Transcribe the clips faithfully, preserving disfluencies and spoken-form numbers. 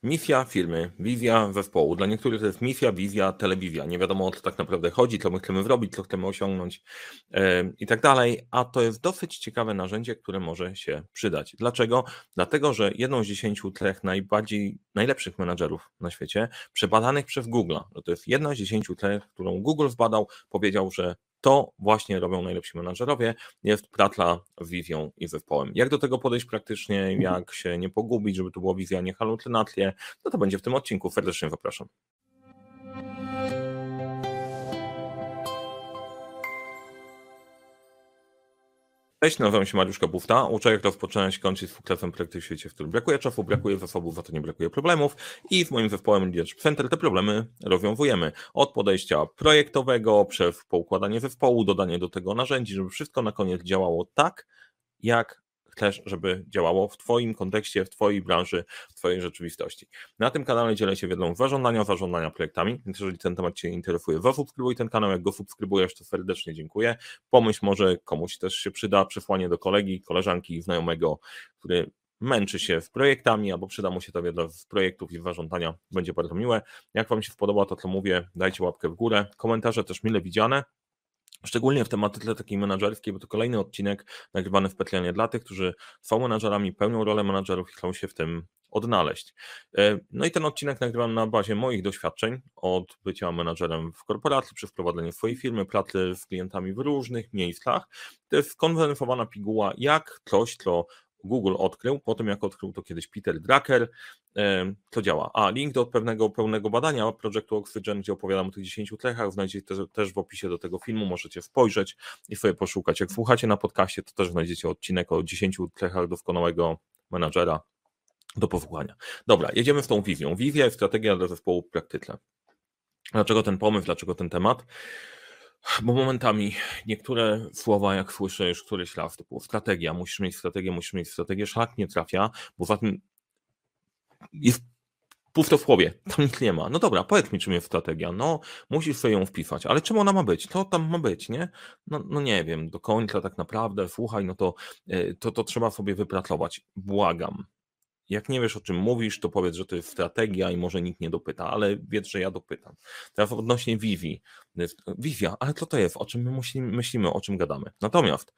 Misja firmy, wizja zespołu. Dla niektórych to jest misja, wizja, telewizja. Nie wiadomo, o co tak naprawdę chodzi, co my chcemy zrobić, co chcemy osiągnąć e, i tak dalej. A to jest dosyć ciekawe narzędzie, które może się przydać. Dlaczego? Dlatego, że jedną z dziesięciu trzech najbardziej, najlepszych menadżerów na świecie, przebadanych przez Google, że to jest jedna z dziesięciu trzech, którą Google zbadał, powiedział, że to właśnie robią najlepsi menadżerowie, jest praca z wizją i zespołem. Jak do tego podejść praktycznie, jak się nie pogubić, żeby to była wizja, nie halucynacje, no to będzie w tym odcinku. Serdecznie zapraszam. Cześć, nazywam się Mariusz Kapufta. Uczę, jak rozpoczynać i kończyć z sukcesem projekty w świecie, w którym brakuje czasu, brakuje zasobów, za to nie brakuje problemów i w moim zespołem Leadership Center te problemy rozwiązujemy. Od podejścia projektowego, przez poukładanie zespołu, dodanie do tego narzędzi, żeby wszystko na koniec działało tak, jak chcesz, żeby działało w Twoim kontekście, w Twojej branży, w Twojej rzeczywistości. Na tym kanale dzielę się wiedzą zarządzania, zarządzania projektami, więc jeżeli ten temat Cię interesuje, zasubskrybuj ten kanał, jak go subskrybujesz, to serdecznie dziękuję. Pomyśl, może komuś też się przyda przesłanie do kolegi, koleżanki, znajomego, który męczy się z projektami, albo przyda mu się ta wiedza z projektów i zarządzania, będzie bardzo miłe. Jak Wam się spodoba to, co mówię, dajcie łapkę w górę, komentarze też mile widziane. Szczególnie w tematyce takiej menadżerskiej, bo to kolejny odcinek nagrywany specjalnie dla tych, którzy są menadżerami, pełnią rolę menadżerów i chcą się w tym odnaleźć. No i ten odcinek nagrywam na bazie moich doświadczeń od bycia menadżerem w korporacji, przez prowadzenie swojej firmy, pracy z klientami w różnych miejscach. To jest skondensowana piguła, jak coś, co Google odkrył, po tym jak odkrył to kiedyś Peter Drucker, to działa. A link do pewnego pełnego badania projektu Oxygen, gdzie opowiadam o tych dziesięciu cechach, znajdziecie też w opisie do tego filmu, możecie spojrzeć i sobie poszukać. Jak słuchacie na podcaście, to też znajdziecie odcinek o dziesięciu cechach doskonałego menadżera do posłuchania. Dobra, jedziemy z tą wizją. Wizja jest strategia dla zespołu w praktyce. Dlaczego ten pomysł, dlaczego ten temat? Bo momentami niektóre słowa, jak słyszę już któryś raz, typu strategia, musisz mieć strategię, musisz mieć strategię, szlak nie trafia, bo za tym jest pusto w głowie, tam nic nie ma. No dobra, powiedz mi, czym jest strategia. No, musisz sobie ją wpisać, ale czym ona ma być? Co tam ma być, nie? No, no nie wiem, do końca tak naprawdę, słuchaj, no to, to, to trzeba sobie wypracować. Błagam. Jak nie wiesz, o czym mówisz, to powiedz, że to jest strategia i może nikt nie dopyta, ale wiedz, że ja dopytam. Teraz odnośnie Vivi. Vivia, ale co to jest? O czym my myślimy, myślimy, o czym gadamy? Natomiast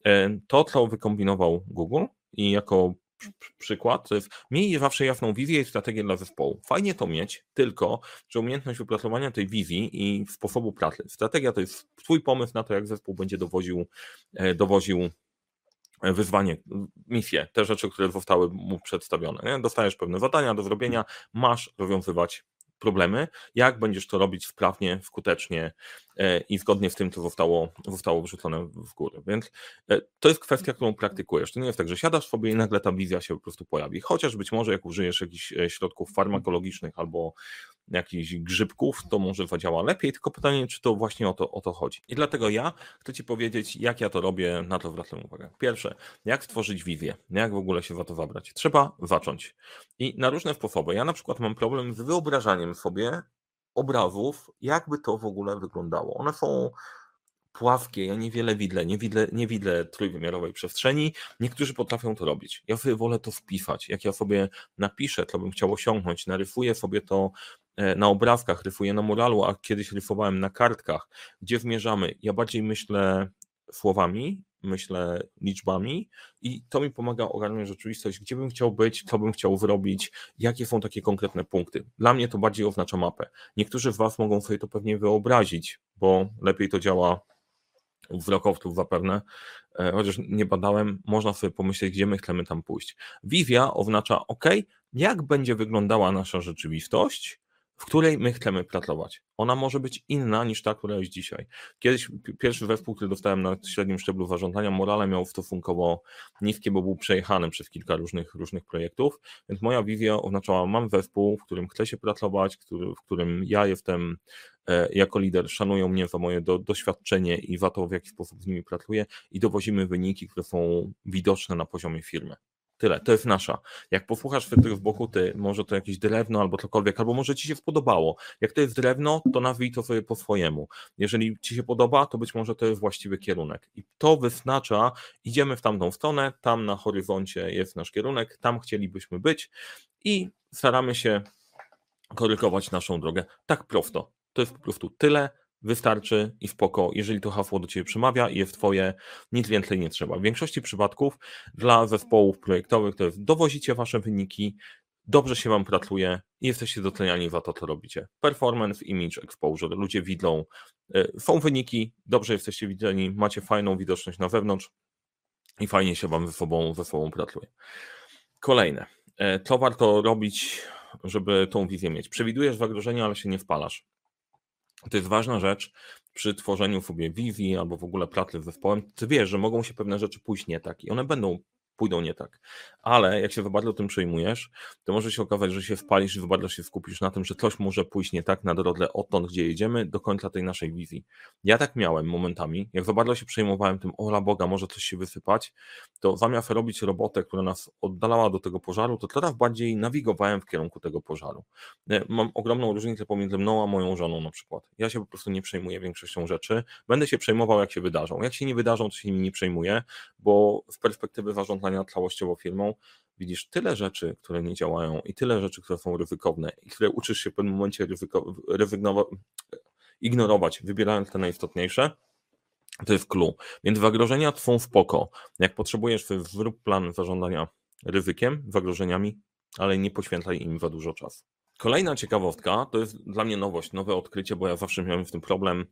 to, co wykombinował Google i jako przykład, to jest miej zawsze jasną wizję i strategię dla zespołu. Fajnie to mieć, tylko że umiejętność wypracowania tej wizji i sposobu pracy. Strategia to jest twój pomysł na to, jak zespół będzie dowoził, dowoził wyzwanie, misje, te rzeczy, które zostały mu przedstawione. Nie? Dostajesz pewne zadania do zrobienia, masz rozwiązywać problemy, jak będziesz to robić sprawnie, skutecznie i zgodnie z tym, co zostało, zostało wrzucone w górę. Więc to jest kwestia, którą praktykujesz. To nie jest tak, że siadasz sobie i nagle ta wizja się po prostu pojawi. Chociaż być może jak użyjesz jakichś środków farmakologicznych albo jakichś grzybków, to może zadziała lepiej, tylko pytanie, czy to właśnie o to, o to chodzi. I dlatego ja chcę Ci powiedzieć, jak ja to robię, na to zwracam uwagę. Pierwsze, jak stworzyć wizję, jak w ogóle się za to zabrać. Trzeba zacząć. I na różne sposoby. Ja na przykład mam problem z wyobrażaniem sobie obrazów, jakby to w ogóle wyglądało. One są płaskie, ja niewiele widzę, nie widzę, nie widzę trójwymiarowej przestrzeni, niektórzy potrafią to robić. Ja sobie wolę to wpisać, jak ja sobie napiszę, co bym chciał osiągnąć, narysuję sobie to na obrazkach, rysuję na muralu, a kiedyś rysowałem na kartkach, gdzie zmierzamy. Ja bardziej myślę słowami, myślę liczbami i to mi pomaga ogarnąć rzeczywistość, gdzie bym chciał być, co bym chciał zrobić, jakie są takie konkretne punkty. Dla mnie to bardziej oznacza mapę. Niektórzy z Was mogą sobie to pewnie wyobrazić, bo lepiej to działa wzrokowców zapewne, chociaż nie badałem, można sobie pomyśleć, gdzie my chcemy tam pójść. Wizja oznacza, ok, jak będzie wyglądała nasza rzeczywistość, w której my chcemy pracować. Ona może być inna niż ta, która jest dzisiaj. Kiedyś pierwszy zespół, który dostałem na średnim szczeblu zarządzania, morale miał stosunkowo niskie, bo był przejechany przez kilka różnych, różnych projektów, więc moja wizja oznaczała, mam zespół, w którym chcę się pracować, który, w którym ja jestem jako lider, szanują mnie za moje do, doświadczenie i za to, w jaki sposób z nimi pracuję i dowozimy wyniki, które są widoczne na poziomie firmy. Tyle, to jest nasza. Jak posłuchasz tych w boku, ty, może to jakieś drewno albo cokolwiek, albo może ci się spodobało. Jak to jest drewno, to nazwij to sobie po swojemu. Jeżeli ci się podoba, to być może to jest właściwy kierunek. I to wyznacza, idziemy w tamtą stronę, tam na horyzoncie jest nasz kierunek, tam chcielibyśmy być i staramy się korygować naszą drogę. Tak prosto. To jest po prostu tyle, wystarczy i spoko. Jeżeli to hasło do Ciebie przemawia i jest Twoje, nic więcej nie trzeba. W większości przypadków dla zespołów projektowych to jest dowozicie Wasze wyniki, dobrze się Wam pracuje i jesteście doceniani za to, co robicie. Performance, image, exposure. Ludzie widzą, są wyniki, dobrze jesteście widziani, macie fajną widoczność na wewnątrz i fajnie się Wam ze sobą, ze sobą pracuje. Kolejne. Co warto robić, żeby tą wizję mieć? Przewidujesz zagrożenia, ale się nie wpalasz. To jest ważna rzecz przy tworzeniu sobie wizji albo w ogóle pracy z zespołem. Ty wiesz, że mogą się pewne rzeczy pójść nie tak i one będą pójdą nie tak. Ale jak się za bardzo tym przejmujesz, to może się okazać, że się wpalisz i za bardzo się skupisz na tym, że coś może pójść nie tak na drodze odtąd, gdzie jedziemy, do końca tej naszej wizji. Ja tak miałem momentami, jak za bardzo się przejmowałem tym, ola Boga, może coś się wysypać, to zamiast robić robotę, która nas oddalała do tego pożaru, to coraz bardziej nawigowałem w kierunku tego pożaru. Mam ogromną różnicę pomiędzy mną a moją żoną na przykład. Ja się po prostu nie przejmuję większością rzeczy. Będę się przejmował, jak się wydarzą. Jak się nie wydarzą, to się nimi nie przejmuję, bo z perspektywy zarządzania całościowo firmą widzisz tyle rzeczy, które nie działają i tyle rzeczy, które są ryzykowne i które uczysz się w pewnym momencie ryzyko, ryzyknowa, ignorować, wybierając te najistotniejsze. To jest clue. Więc zagrożenia są spoko. Jak potrzebujesz, zrób plan zarządzania ryzykiem, zagrożeniami, ale nie poświęcaj im za dużo czasu. Kolejna ciekawostka, to jest dla mnie nowość, nowe odkrycie, bo ja zawsze miałem w tym problem.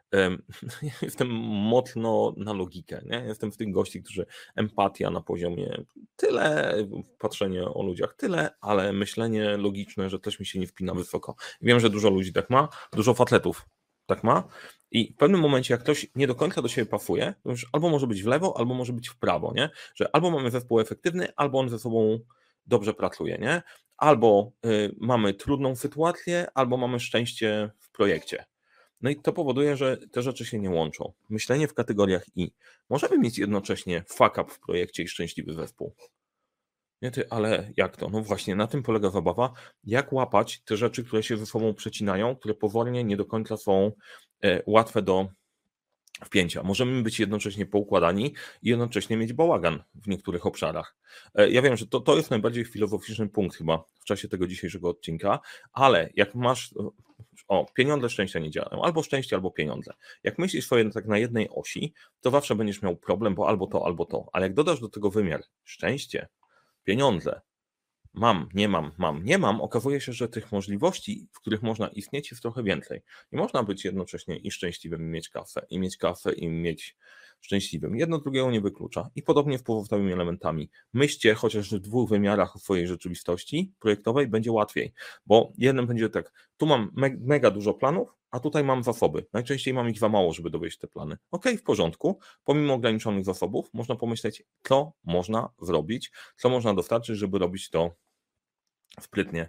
Jestem mocno na logikę, nie? Jestem w tych gości, którzy empatia na poziomie tyle, patrzenie o ludziach tyle, ale myślenie logiczne, że coś mi się nie wpina wysoko. Wiem, że dużo ludzi tak ma, dużo facetów tak ma i w pewnym momencie, jak ktoś nie do końca do siebie pasuje, to już albo może być w lewo, albo może być w prawo, nie? Że albo mamy zespół efektywny, albo on ze sobą dobrze pracuje, nie? Albo y, mamy trudną sytuację, albo mamy szczęście w projekcie. No i to powoduje, że te rzeczy się nie łączą. Myślenie w kategoriach i. Możemy mieć jednocześnie fuck up w projekcie i szczęśliwy zespół. Nie ty, ale jak to? No właśnie, na tym polega zabawa. Jak łapać te rzeczy, które się ze sobą przecinają, które powolnie nie do końca są e, łatwe do wpięcia. Możemy być jednocześnie poukładani i jednocześnie mieć bałagan w niektórych obszarach. Ja wiem, że to, to jest najbardziej filozoficzny punkt chyba w czasie tego dzisiejszego odcinka, ale jak masz, o, pieniądze, szczęścia nie działają, albo szczęście, albo pieniądze. Jak myślisz sobie tak na jednej osi, to zawsze będziesz miał problem, bo albo to, albo to, ale jak dodasz do tego wymiar szczęście, pieniądze, mam, nie mam, mam, nie mam, okazuje się, że tych możliwości, w których można istnieć, jest trochę więcej. Nie można być jednocześnie i szczęśliwym, i mieć kasę, i mieć kasę, i mieć szczęśliwym. Jedno drugiego nie wyklucza. I podobnie z pozostałymi elementami. Myślcie chociaż w dwóch wymiarach swojej rzeczywistości projektowej będzie łatwiej, bo jednym będzie tak, tu mam me- mega dużo planów, a tutaj mam zasoby. Najczęściej mam ich za mało, żeby dowieść te plany. Ok, w porządku. Pomimo ograniczonych zasobów można pomyśleć, co można zrobić, co można dostarczyć, żeby robić to sprytnie.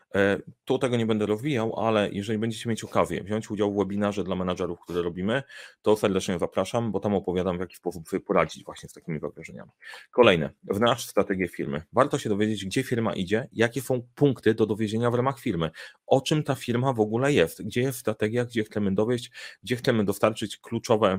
Tu tego nie będę rozwijał, ale jeżeli będziecie mieć okazję wziąć udział w webinarze dla menadżerów, które robimy, to serdecznie zapraszam, bo tam opowiadam, w jaki sposób sobie poradzić właśnie z takimi zagrożeniami. Kolejne, wnasz strategię firmy. Warto się dowiedzieć, gdzie firma idzie, jakie są punkty do dowiezienia w ramach firmy, o czym ta firma w ogóle jest, gdzie jest strategia, gdzie chcemy dowieść, gdzie chcemy dostarczyć kluczowe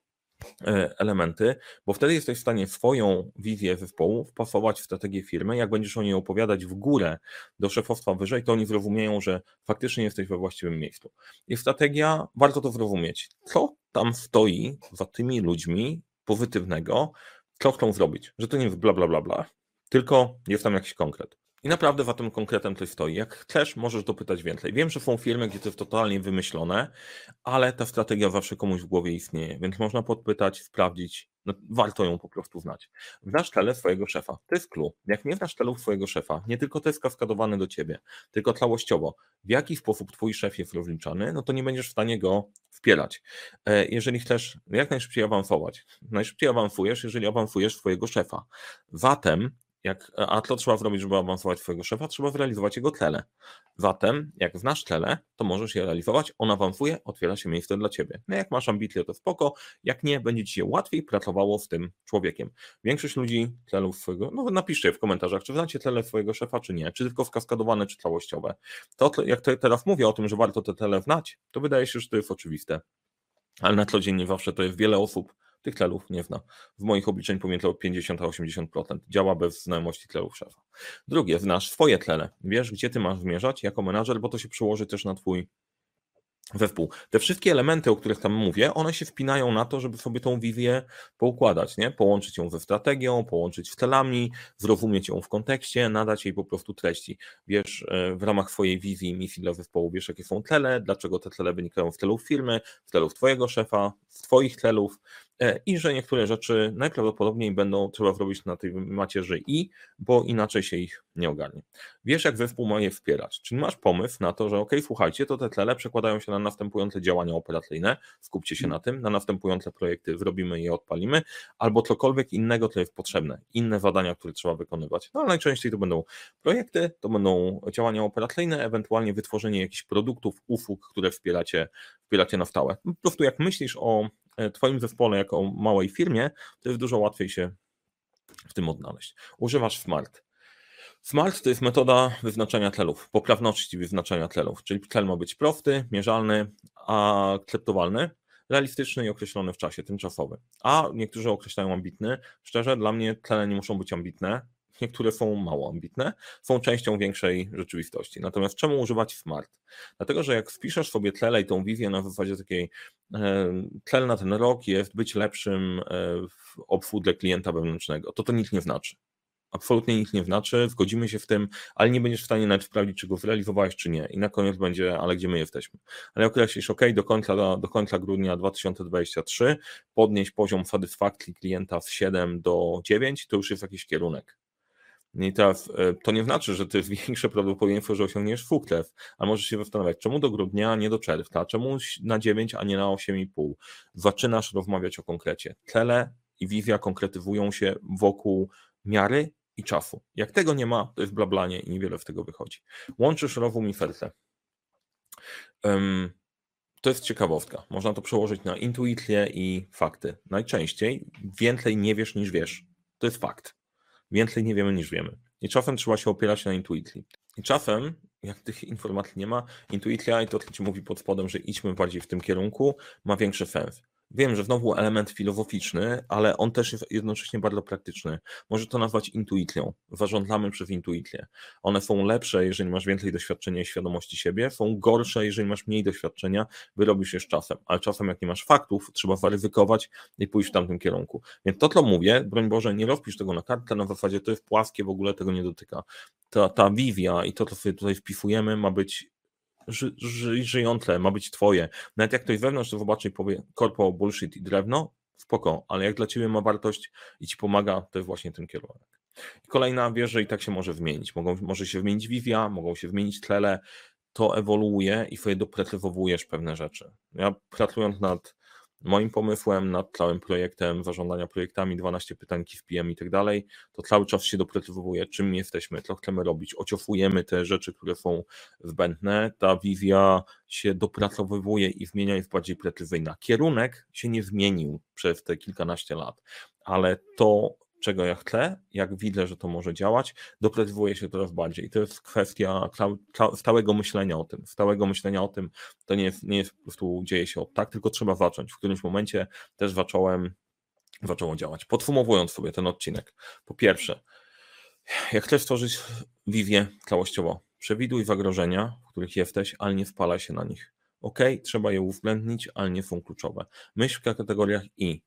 elementy, bo wtedy jesteś w stanie swoją wizję zespołu wpasować w strategię firmy. Jak będziesz o niej opowiadać w górę do szefostwa wyżej, to oni zrozumieją, że faktycznie jesteś we właściwym miejscu. I strategia, warto to zrozumieć. Co tam stoi za tymi ludźmi pozytywnego, co chcą zrobić, że to nie jest bla bla bla bla, tylko jest tam jakiś konkret. I naprawdę za tym konkretem coś stoi. Jak chcesz, możesz dopytać więcej. Wiem, że są firmy, gdzie to jest totalnie wymyślone, ale ta strategia zawsze komuś w głowie istnieje, więc można podpytać, sprawdzić, no, warto ją po prostu znać. Znasz cele swojego szefa, to jest clue. Jak nie znasz celów swojego szefa, nie tylko to jest kaskadowane do ciebie, tylko całościowo, w jaki sposób twój szef jest rozliczany, no to nie będziesz w stanie go wspierać. Jeżeli chcesz jak najszybciej awansować, najszybciej awansujesz, jeżeli awansujesz swojego szefa. Zatem Jak, a co trzeba zrobić, żeby awansować twojego szefa? Trzeba zrealizować jego cele. Zatem, jak znasz cele, to możesz je realizować, on awansuje, otwiera się miejsce dla ciebie. No jak masz ambicje, to spoko, jak nie, będzie ci się łatwiej pracowało z tym człowiekiem. Większość ludzi celów swojego, no napiszcie w komentarzach, czy znacie cele swojego szefa, czy nie, czy tylko skaskadowane, czy całościowe. To, jak teraz mówię o tym, że warto te cele znać, to wydaje się, że to jest oczywiste. Ale na co dzień nie zawsze to jest wiele osób, tych celów nie zna. W moich obliczeń pomiędzy pięćdziesiąt a osiemdziesiąt procent działa bez znajomości celów szefa. Drugie, znasz swoje cele. Wiesz, gdzie ty masz zmierzać jako menadżer, bo to się przełoży też na twój zespół. Te wszystkie elementy, o których tam mówię, one się wpinają na to, żeby sobie tą wizję poukładać, nie? Połączyć ją ze strategią, połączyć z celami, zrozumieć ją w kontekście, nadać jej po prostu treści. Wiesz, w ramach swojej wizji, misji dla zespołu, wiesz, jakie są cele, dlaczego te cele wynikają z celów firmy, z celów twojego szefa, z twoich celów i że niektóre rzeczy najprawdopodobniej będą trzeba zrobić na tej macierzy i, bo inaczej się ich nie ogarnie. Wiesz, jak zespół ma je wspierać, czyli masz pomysł na to, że ok, słuchajcie, to te cele przekładają się na następujące działania operacyjne, skupcie się na tym, na następujące projekty zrobimy je, odpalimy, albo cokolwiek innego, co jest potrzebne, inne zadania, które trzeba wykonywać. No ale najczęściej to będą projekty, to będą działania operacyjne, ewentualnie wytworzenie jakichś produktów, usług, które wspieracie, wspieracie na stałe. Po prostu jak myślisz o twoim zespole jako o małej firmie, to jest dużo łatwiej się w tym odnaleźć. Używasz SMART. SMART to jest metoda wyznaczania celów, poprawności wyznaczania celów, czyli cel ma być prosty, mierzalny, akceptowalny, realistyczny i określony w czasie, tymczasowy. A niektórzy określają ambitny. Szczerze, dla mnie cele nie muszą być ambitne, niektóre są mało ambitne, są częścią większej rzeczywistości. Natomiast czemu używać SMART? Dlatego, że jak wpiszesz sobie cele i tą wizję na zasadzie takiej, cel na ten rok jest być lepszym w obsłudze klienta wewnętrznego, to to nic nie znaczy. Absolutnie nic nie znaczy, zgodzimy się w tym, ale nie będziesz w stanie nawet sprawdzić, czy go zrealizowałeś, czy nie. I na koniec będzie, ale gdzie my jesteśmy. Ale jak określisz, OK, do końca, do końca grudnia dwa tysiące dwudziestego trzeciego podnieść poziom satysfakcji klienta z siedem do dziewięć, to już jest jakiś kierunek. I teraz to nie znaczy, że to jest większe prawdopodobieństwo, że osiągniesz sukces, a możesz się zastanawiać, czemu do grudnia, nie do czerwca, czemu na dziewięć, a nie na osiem i pół. Zaczynasz rozmawiać o konkrecie. Cele i wizja konkretyzują się wokół miary i czasu. Jak tego nie ma, to jest blablanie i niewiele z tego wychodzi. Łączysz rozum i serce. Um, to jest ciekawostka. Można to przełożyć na intuicję i fakty. Najczęściej więcej nie wiesz niż wiesz. To jest fakt. Więcej nie wiemy niż wiemy. I czasem trzeba się opierać na intuicji. I czasem, jak tych informacji nie ma, intuicja i to, co ci mówi pod spodem, że idźmy bardziej w tym kierunku, ma większy sens. Wiem, że znowu element filozoficzny, ale on też jest jednocześnie bardzo praktyczny. Może to nazwać intuicją. Zarządzamy przez intuicję. One są lepsze, jeżeli masz więcej doświadczenia i świadomości siebie, są gorsze, jeżeli masz mniej doświadczenia, wyrobisz je z czasem. Ale czasem, jak nie masz faktów, trzeba zaryzykować i pójść w tamtym kierunku. Więc to, co mówię, broń Boże, nie rozpisz tego na kartkę, na zasadzie to jest płaskie, w ogóle tego nie dotyka. Ta, ta wizja i to, co sobie tutaj wpisujemy, ma być ży, ży, żyjące, ma być twoje. Nawet jak ktoś wewnątrz to zobaczy i powie korpo, bullshit i drewno, spoko, ale jak dla ciebie ma wartość i ci pomaga, to jest właśnie ten kierunek. I kolejna, wiesz, że i tak się może zmienić. Mogą, może się zmienić wizja, mogą się zmienić cele, to ewoluuje i sobie doprecyzowujesz pewne rzeczy. Ja pracując nad moim pomysłem, nad całym projektem, zarządzania projektami, dwanaście pytań w P M i tak dalej, to cały czas się doprecyzowuje, czym jesteśmy, co chcemy robić, ociofujemy te rzeczy, które są zbędne, ta wizja się dopracowywuje i zmienia, jest bardziej precyzyjna. Kierunek się nie zmienił przez te kilkanaście lat, ale to, czego ja chcę, jak widzę, że to może działać, doprecyzowuje się coraz bardziej. I to jest kwestia stałego myślenia o tym. Stałego myślenia o tym, to nie jest, nie jest po prostu dzieje się od tak, tylko trzeba zacząć. W którymś momencie też zacząłem, zaczęło działać. Podsumowując sobie ten odcinek. Po pierwsze, jak chcesz stworzyć wizję całościowo, przewiduj zagrożenia, w których jesteś, ale nie spalaj się na nich. Ok, trzeba je uwzględnić, ale nie są kluczowe. Myśl w kategoriach i.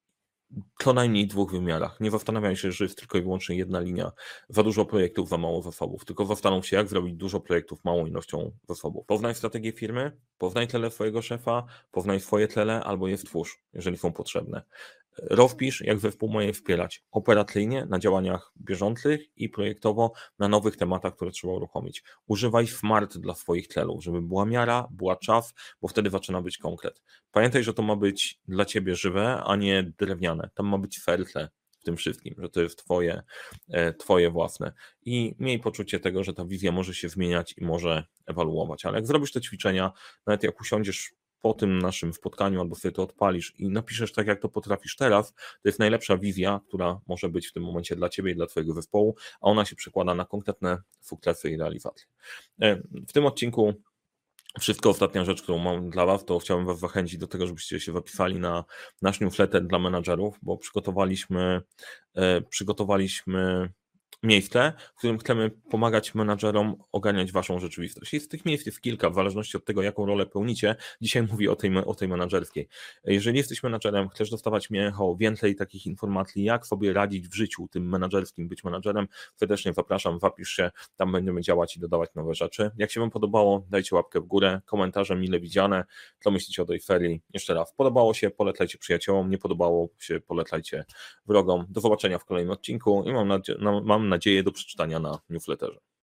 Co najmniej dwóch wymiarach. Nie zastanawiaj się, że jest tylko i wyłącznie jedna linia. Za dużo projektów, za mało zasobów. Tylko zastanów się, jak zrobić dużo projektów małą ilością zasobów. Poznaj strategię firmy, poznaj cele swojego szefa, poznaj swoje cele albo je stwórz, jeżeli są potrzebne. Rozpisz, jak zespół ma je wspierać operacyjnie na działaniach bieżących i projektowo na nowych tematach, które trzeba uruchomić. Używaj SMART dla swoich celów, żeby była miara, była czas, bo wtedy zaczyna być konkret. Pamiętaj, że to ma być dla ciebie żywe, a nie drewniane. Tam ma być serce w tym wszystkim, że to jest twoje, twoje własne. I miej poczucie tego, że ta wizja może się zmieniać i może ewaluować. Ale jak zrobisz te ćwiczenia, nawet jak usiądziesz po tym naszym spotkaniu albo sobie to odpalisz i napiszesz tak, jak to potrafisz teraz, to jest najlepsza wizja, która może być w tym momencie dla ciebie i dla twojego zespołu, a ona się przekłada na konkretne sukcesy i realizacje. W tym odcinku wszystko. Ostatnia rzecz, którą mam dla Was, to chciałbym Was zachęcić do tego, żebyście się zapisali na nasz newsletter dla menadżerów, bo przygotowaliśmy, e, przygotowaliśmy miejsce, w którym chcemy pomagać menadżerom ogarniać Waszą rzeczywistość. I z tych miejsc jest kilka, w zależności od tego, jaką rolę pełnicie. Dzisiaj mówię o tej, o tej menadżerskiej. Jeżeli jesteś menadżerem, chcesz dostawać Michał więcej takich informacji, jak sobie radzić w życiu tym menadżerskim, być menadżerem, serdecznie zapraszam, zapisz się, tam będziemy działać i dodawać nowe rzeczy. Jak się Wam podobało, dajcie łapkę w górę, komentarze mile widziane, co myślicie o tej ferii. Jeszcze raz, podobało się, polecajcie przyjaciołom, nie podobało się, polecajcie wrogom. Do zobaczenia w kolejnym odcinku i mam nadzieję, mam nadzieję do przeczytania na newsletterze.